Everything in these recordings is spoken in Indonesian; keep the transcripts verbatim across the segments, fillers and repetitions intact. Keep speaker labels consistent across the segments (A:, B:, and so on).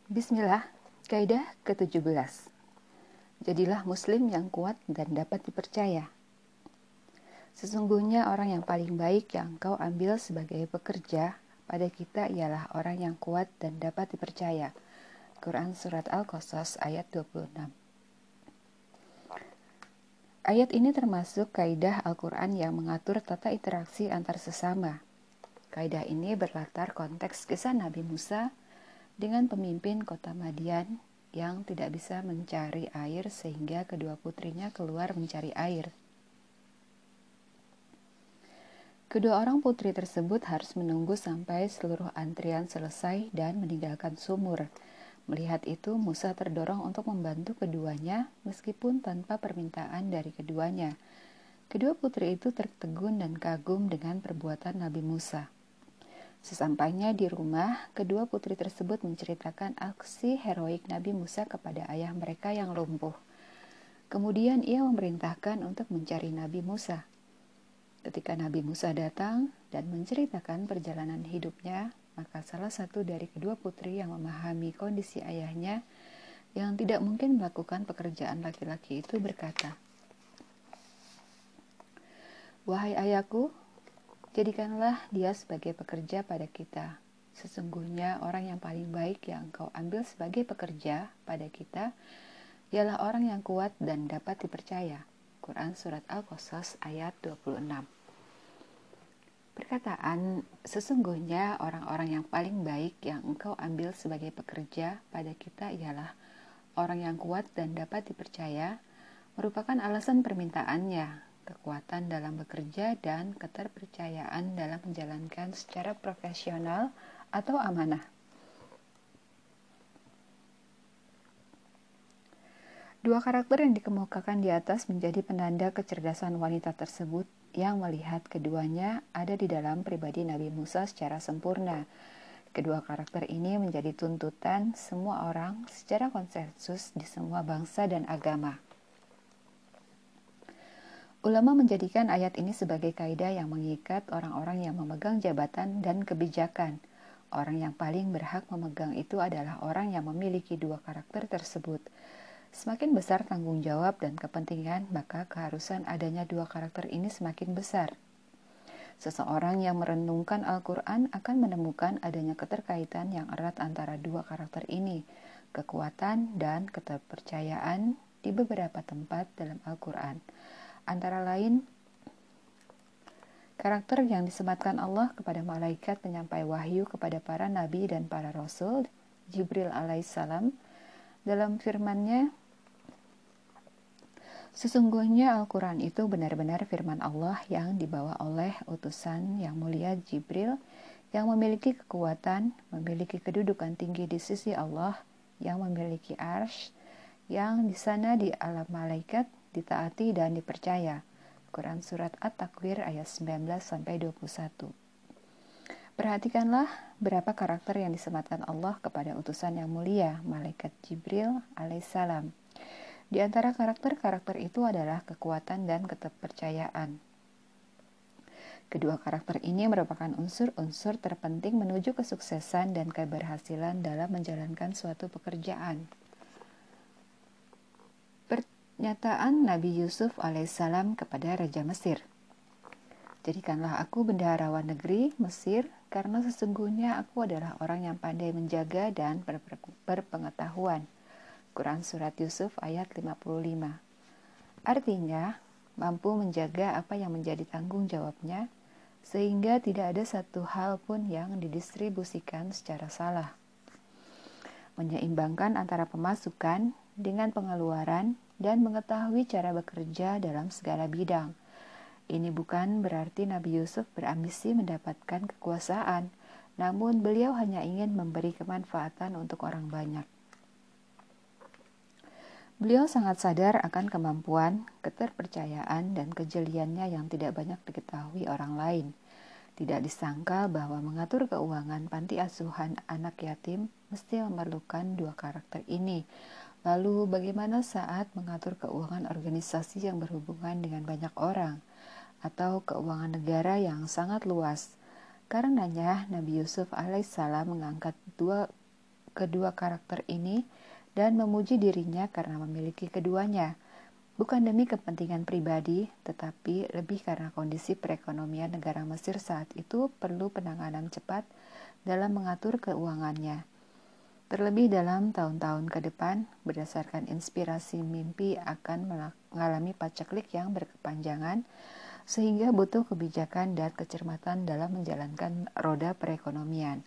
A: Bismillah, kaidah ke tujuh belas. Jadilah muslim yang kuat dan dapat dipercaya. Sesungguhnya orang yang paling baik yang engkau ambil sebagai pekerja pada kita ialah orang yang kuat dan dapat dipercaya. Quran Surat Al-Qasas ayat dua puluh enam. Ayat ini termasuk kaidah Al-Quran yang mengatur tata interaksi antar sesama. Kaidah ini berlatar konteks kisah Nabi Musa dengan pemimpin kota Madian yang tidak bisa mencari air sehingga kedua putrinya keluar mencari air. Kedua orang putri tersebut harus menunggu sampai seluruh antrian selesai dan meninggalkan sumur. Melihat itu, Musa terdorong untuk membantu keduanya meskipun tanpa permintaan dari keduanya. Kedua putri itu tertegun dan kagum dengan perbuatan Nabi Musa. Sesampainya di rumah, kedua putri tersebut menceritakan aksi heroik Nabi Musa kepada ayah mereka yang lumpuh. Kemudian ia memerintahkan untuk mencari Nabi Musa. Ketika Nabi Musa datang dan menceritakan perjalanan hidupnya, maka salah satu dari kedua putri yang memahami kondisi ayahnya yang tidak mungkin melakukan pekerjaan laki-laki itu berkata, "Wahai ayahku, jadikanlah dia sebagai pekerja pada kita. Sesungguhnya orang yang paling baik yang engkau ambil sebagai pekerja pada kita ialah orang yang kuat dan dapat dipercaya." Quran Surat Al-Qasas ayat dua puluh enam. Perkataan sesungguhnya orang-orang yang paling baik yang engkau ambil sebagai pekerja pada kita ialah orang yang kuat dan dapat dipercaya merupakan alasan permintaannya, kekuatan dalam bekerja dan keterpercayaan dalam menjalankan secara profesional atau amanah. Dua karakter yang dikemukakan di atas menjadi penanda kecerdasan wanita tersebut yang melihat keduanya ada di dalam pribadi Nabi Musa secara sempurna. Kedua karakter ini menjadi tuntutan semua orang secara konsensus di semua bangsa dan agama. Ulama menjadikan ayat ini sebagai kaidah yang mengikat orang-orang yang memegang jabatan dan kebijakan. Orang yang paling berhak memegang itu adalah orang yang memiliki dua karakter tersebut. Semakin besar tanggung jawab dan kepentingan, maka keharusan adanya dua karakter ini semakin besar. Seseorang yang merenungkan Al-Quran akan menemukan adanya keterkaitan yang erat antara dua karakter ini, kekuatan dan keterpercayaan di beberapa tempat dalam Al-Quran. Antara lain, karakter yang disematkan Allah kepada malaikat penyampai wahyu kepada para nabi dan para rasul, Jibril alaihissalam, dalam firman-Nya, "Sesungguhnya Al-Quran itu benar-benar firman Allah yang dibawa oleh utusan yang mulia Jibril, yang memiliki kekuatan, memiliki kedudukan tinggi di sisi Allah, yang memiliki arsy, yang di sana di alam malaikat, ditaati dan dipercaya." Quran Surat At-Takwir ayat sembilan belas sampai dua puluh satu. Perhatikanlah berapa karakter yang disematkan Allah kepada utusan yang mulia, malaikat Jibril alaihissalam. Di antara karakter-karakter itu adalah kekuatan dan keterpercayaan. Kedua karakter ini merupakan unsur-unsur terpenting menuju kesuksesan dan keberhasilan dalam menjalankan suatu pekerjaan. Pernyataan Nabi Yusuf alaihissalam kepada Raja Mesir, "Jadikanlah aku bendaharawan negeri Mesir, karena sesungguhnya aku adalah orang yang pandai menjaga dan berpengetahuan." Quran Surat Yusuf ayat lima puluh lima. Artinya, mampu menjaga apa yang menjadi tanggung jawabnya, sehingga tidak ada satu hal pun yang didistribusikan secara salah. Menyeimbangkan antara pemasukan dengan pengeluaran dan mengetahui cara bekerja dalam segala bidang. Ini bukan berarti Nabi Yusuf berambisi mendapatkan kekuasaan, namun beliau hanya ingin memberi kemanfaatan untuk orang banyak. Beliau sangat sadar akan kemampuan, keterpercayaan, dan kejeliannya yang tidak banyak diketahui orang lain. Tidak disangka bahwa mengatur keuangan panti asuhan anak yatim mesti memerlukan dua karakter ini. Lalu bagaimana saat mengatur keuangan organisasi yang berhubungan dengan banyak orang, atau keuangan negara yang sangat luas? Karenanya Nabi Yusuf alaihissalam mengangkat dua kedua karakter ini dan memuji dirinya karena memiliki keduanya, bukan demi kepentingan pribadi, tetapi lebih karena kondisi perekonomian negara Mesir saat itu perlu penanganan cepat dalam mengatur keuangannya. Terlebih dalam tahun-tahun ke depan, berdasarkan inspirasi mimpi akan mengalami paceklik yang berkepanjangan, sehingga butuh kebijakan dan kecermatan dalam menjalankan roda perekonomian.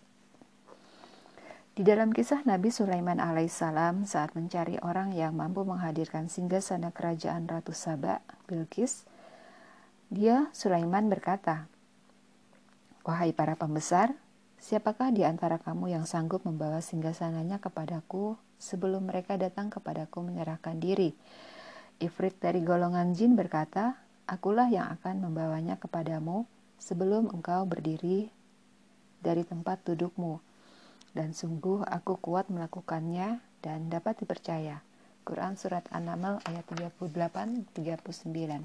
A: Di dalam kisah Nabi Sulaiman alaihissalam saat mencari orang yang mampu menghadirkan singgasana kerajaan Ratu Saba, Bilqis, dia Sulaiman berkata, "Wahai para pembesar, siapakah di antara kamu yang sanggup membawa singgasananya kepadaku sebelum mereka datang kepadaku menyerahkan diri?" Ifrit dari golongan jin berkata, "Akulah yang akan membawanya kepadamu sebelum engkau berdiri dari tempat dudukmu. Dan sungguh aku kuat melakukannya dan dapat dipercaya." Quran Surat An-Naml ayat tiga puluh delapan sampai tiga puluh sembilan.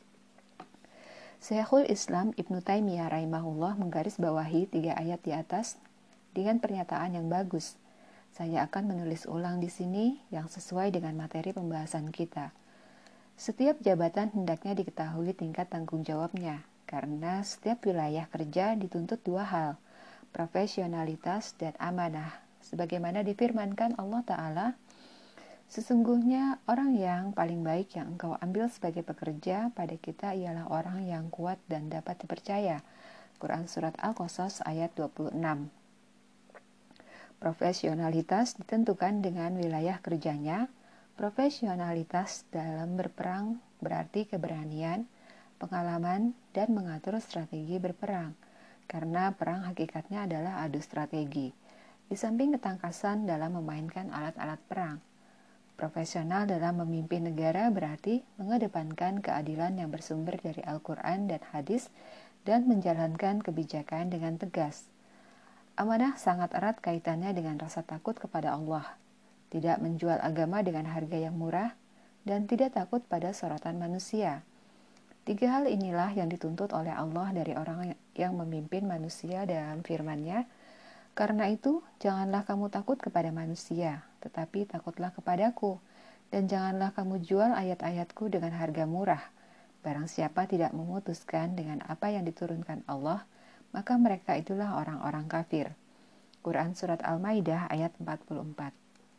A: Syekhul Islam Ibnu Taimiyah rahimahullah menggarisbawahi tiga ayat di atas dengan pernyataan yang bagus. Saya akan menulis ulang di sini yang sesuai dengan materi pembahasan kita. Setiap jabatan hendaknya diketahui tingkat tanggung jawabnya, karena setiap wilayah kerja dituntut dua hal, profesionalitas dan amanah. Sebagaimana difirmankan Allah Ta'ala, "Sesungguhnya orang yang paling baik yang engkau ambil sebagai pekerja pada kita ialah orang yang kuat dan dapat dipercaya." Quran Surat Al-Qasas ayat dua puluh enam. Profesionalitas ditentukan dengan wilayah kerjanya. Profesionalitas dalam berperang berarti keberanian, pengalaman, dan mengatur strategi berperang. Karena perang hakikatnya adalah adu strategi, di samping ketangkasan dalam memainkan alat-alat perang. Profesional dalam memimpin negara berarti mengedepankan keadilan yang bersumber dari Al-Quran dan hadis dan menjalankan kebijakan dengan tegas. Amanah sangat erat kaitannya dengan rasa takut kepada Allah, tidak menjual agama dengan harga yang murah, dan tidak takut pada sorotan manusia. Tiga hal inilah yang dituntut oleh Allah dari orang yang memimpin manusia dalam firman-Nya. Karena itu, janganlah kamu takut kepada manusia, tetapi takutlah kepadaku, dan janganlah kamu jual ayat-ayatku dengan harga murah. Barang siapa tidak memutuskan dengan apa yang diturunkan Allah, maka mereka itulah orang-orang kafir. Quran Surat Al-Maidah ayat empat puluh empat.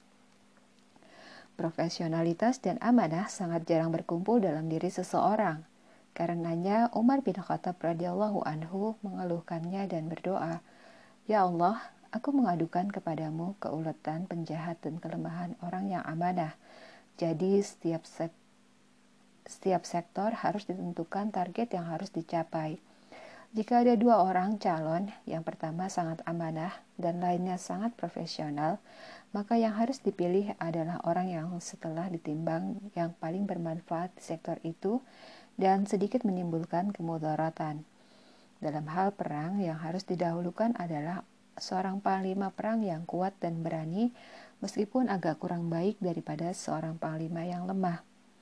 A: Profesionalitas dan amanah sangat jarang berkumpul dalam diri seseorang. Karenanya Umar bin Khattab radhiyallahu anhu mengeluhkannya dan berdoa, "Ya Allah, aku mengadukan kepadamu keuletan, penjahat, dan kelemahan orang yang amanah. Jadi setiap sek- setiap sektor harus ditentukan target yang harus dicapai. Jika ada dua orang calon, yang pertama sangat amanah dan lainnya sangat profesional, maka yang harus dipilih adalah orang yang setelah ditimbang yang paling bermanfaat di sektor itu dan sedikit menimbulkan kemudaratan. Dalam hal perang, yang harus didahulukan adalah seorang panglima perang yang kuat dan berani, meskipun agak kurang baik daripada seorang panglima yang lemah,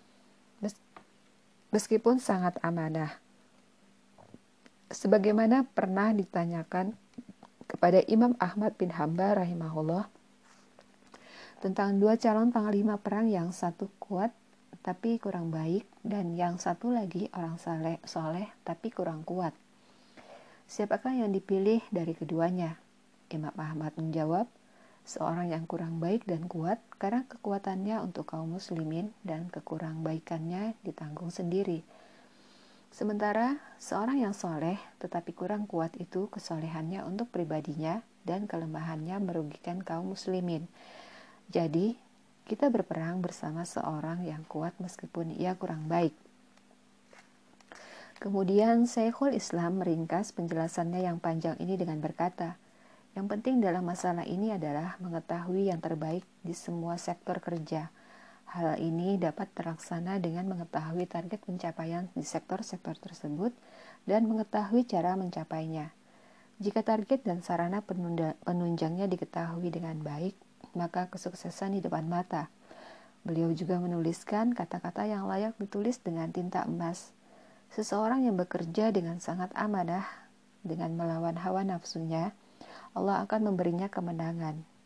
A: meskipun sangat amanah." Sebagaimana pernah ditanyakan kepada Imam Ahmad bin Hambal rahimahullah tentang dua calon panglima perang, yang satu kuat tapi kurang baik, dan yang satu lagi orang saleh, soleh tapi kurang kuat. Siapakah yang dipilih dari keduanya? Imam Ahmad menjawab, seorang yang kurang baik dan kuat karena kekuatannya untuk kaum muslimin dan kekurang baikannya ditanggung sendiri. Sementara seorang yang soleh tetapi kurang kuat itu kesolehannya untuk pribadinya dan kelemahannya merugikan kaum muslimin. Jadi, kita berperang bersama seorang yang kuat meskipun ia kurang baik. Kemudian Syekhul Islam meringkas penjelasannya yang panjang ini dengan berkata, yang penting dalam masalah ini adalah mengetahui yang terbaik di semua sektor kerja. Hal ini dapat terlaksana dengan mengetahui target pencapaian di sektor-sektor tersebut dan mengetahui cara mencapainya. Jika target dan sarana penunjangnya diketahui dengan baik, maka kesuksesan di depan mata. Beliau juga menuliskan kata-kata yang layak ditulis dengan tinta emas. Seseorang yang bekerja dengan sangat amanah, dengan melawan hawa nafsunya, Allah akan memberinya kemenangan.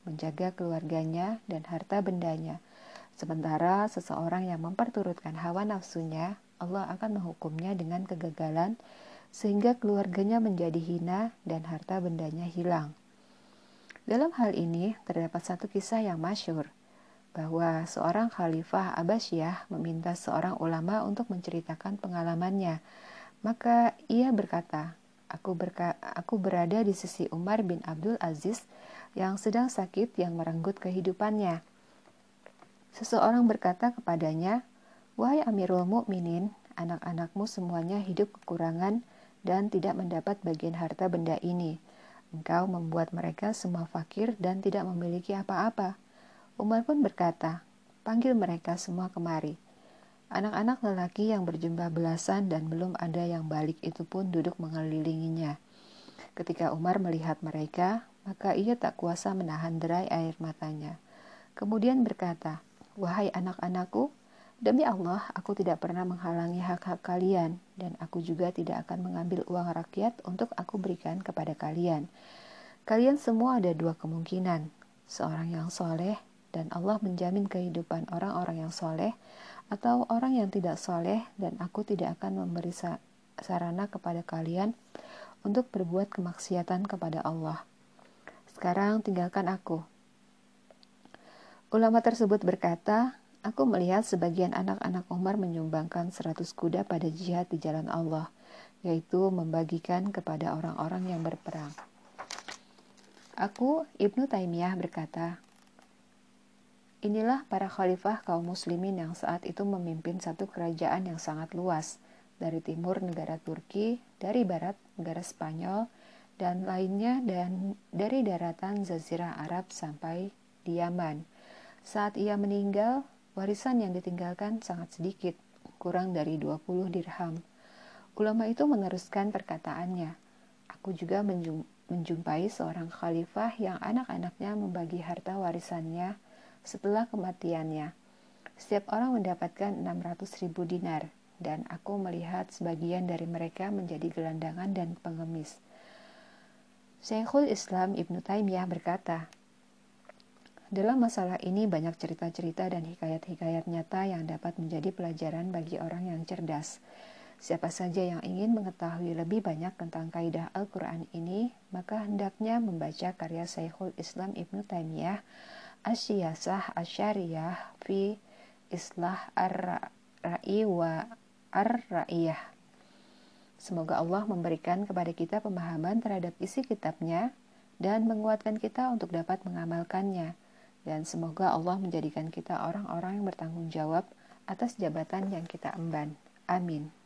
A: menjaga keluarganya dan harta bendanya. Sementara seseorang yang memperturutkan hawa nafsunya, Allah akan menghukumnya dengan kegagalan sehingga keluarganya menjadi hina dan harta bendanya hilang. Dalam hal ini terdapat satu kisah yang masyhur, bahwa seorang khalifah Abbasiyah meminta seorang ulama untuk menceritakan pengalamannya. Maka ia berkata, aku, berka aku berada di sisi Umar bin Abdul Aziz yang sedang sakit yang merenggut kehidupannya. Seseorang berkata kepadanya, wahai Amirul Mukminin, anak-anakmu semuanya hidup kekurangan dan tidak mendapat bagian harta benda ini. Engkau membuat mereka semua fakir dan tidak memiliki apa-apa. Umar pun berkata, panggil mereka semua kemari. Anak-anak lelaki yang berjumlah belasan dan belum ada yang balik itu pun duduk mengelilinginya. Ketika Umar melihat mereka, maka ia tak kuasa menahan derai air matanya. Kemudian berkata, wahai anak-anakku, demi Allah aku tidak pernah menghalangi hak-hak kalian, dan aku juga tidak akan mengambil uang rakyat untuk aku berikan kepada kalian. Kalian semua ada dua kemungkinan, seorang yang soleh, dan Allah menjamin kehidupan orang-orang yang soleh, atau orang yang tidak soleh, dan aku tidak akan memberi sarana kepada kalian untuk berbuat kemaksiatan kepada Allah. Sekarang tinggalkan aku. Ulama tersebut berkata, aku melihat sebagian anak-anak Umar menyumbangkan seratus kuda pada jihad di jalan Allah, yaitu membagikan kepada orang-orang yang berperang. Aku, Ibnu Taimiyah berkata, inilah para khalifah kaum muslimin yang saat itu memimpin satu kerajaan yang sangat luas, dari timur negara Turki, dari barat negara Spanyol, dan lainnya dan dari daratan Jazirah Arab sampai di Yaman. Saat ia meninggal, warisan yang ditinggalkan sangat sedikit, kurang dari dua puluh dirham. Ulama itu meneruskan perkataannya, aku juga menjumpai seorang khalifah yang anak-anaknya membagi harta warisannya setelah kematiannya. Setiap orang mendapatkan enam ratus ribu dinar, dan aku melihat sebagian dari mereka menjadi gelandangan dan pengemis. Syekhul Islam Ibnu Taimiyah berkata, dalam masalah ini banyak cerita-cerita dan hikayat-hikayat nyata yang dapat menjadi pelajaran bagi orang yang cerdas. Siapa saja yang ingin mengetahui lebih banyak tentang kaidah Al-Quran ini, maka hendaknya membaca karya Syekhul Islam Ibnu Taimiyah, Asy-Syiyasah Asy-Syariyah fi Islah Ar-Ra'i wa Ar-Ra'iyah. Semoga Allah memberikan kepada kita pemahaman terhadap isi kitabnya dan menguatkan kita untuk dapat mengamalkannya. Dan semoga Allah menjadikan kita orang-orang yang bertanggung jawab atas jabatan yang kita emban. Amin.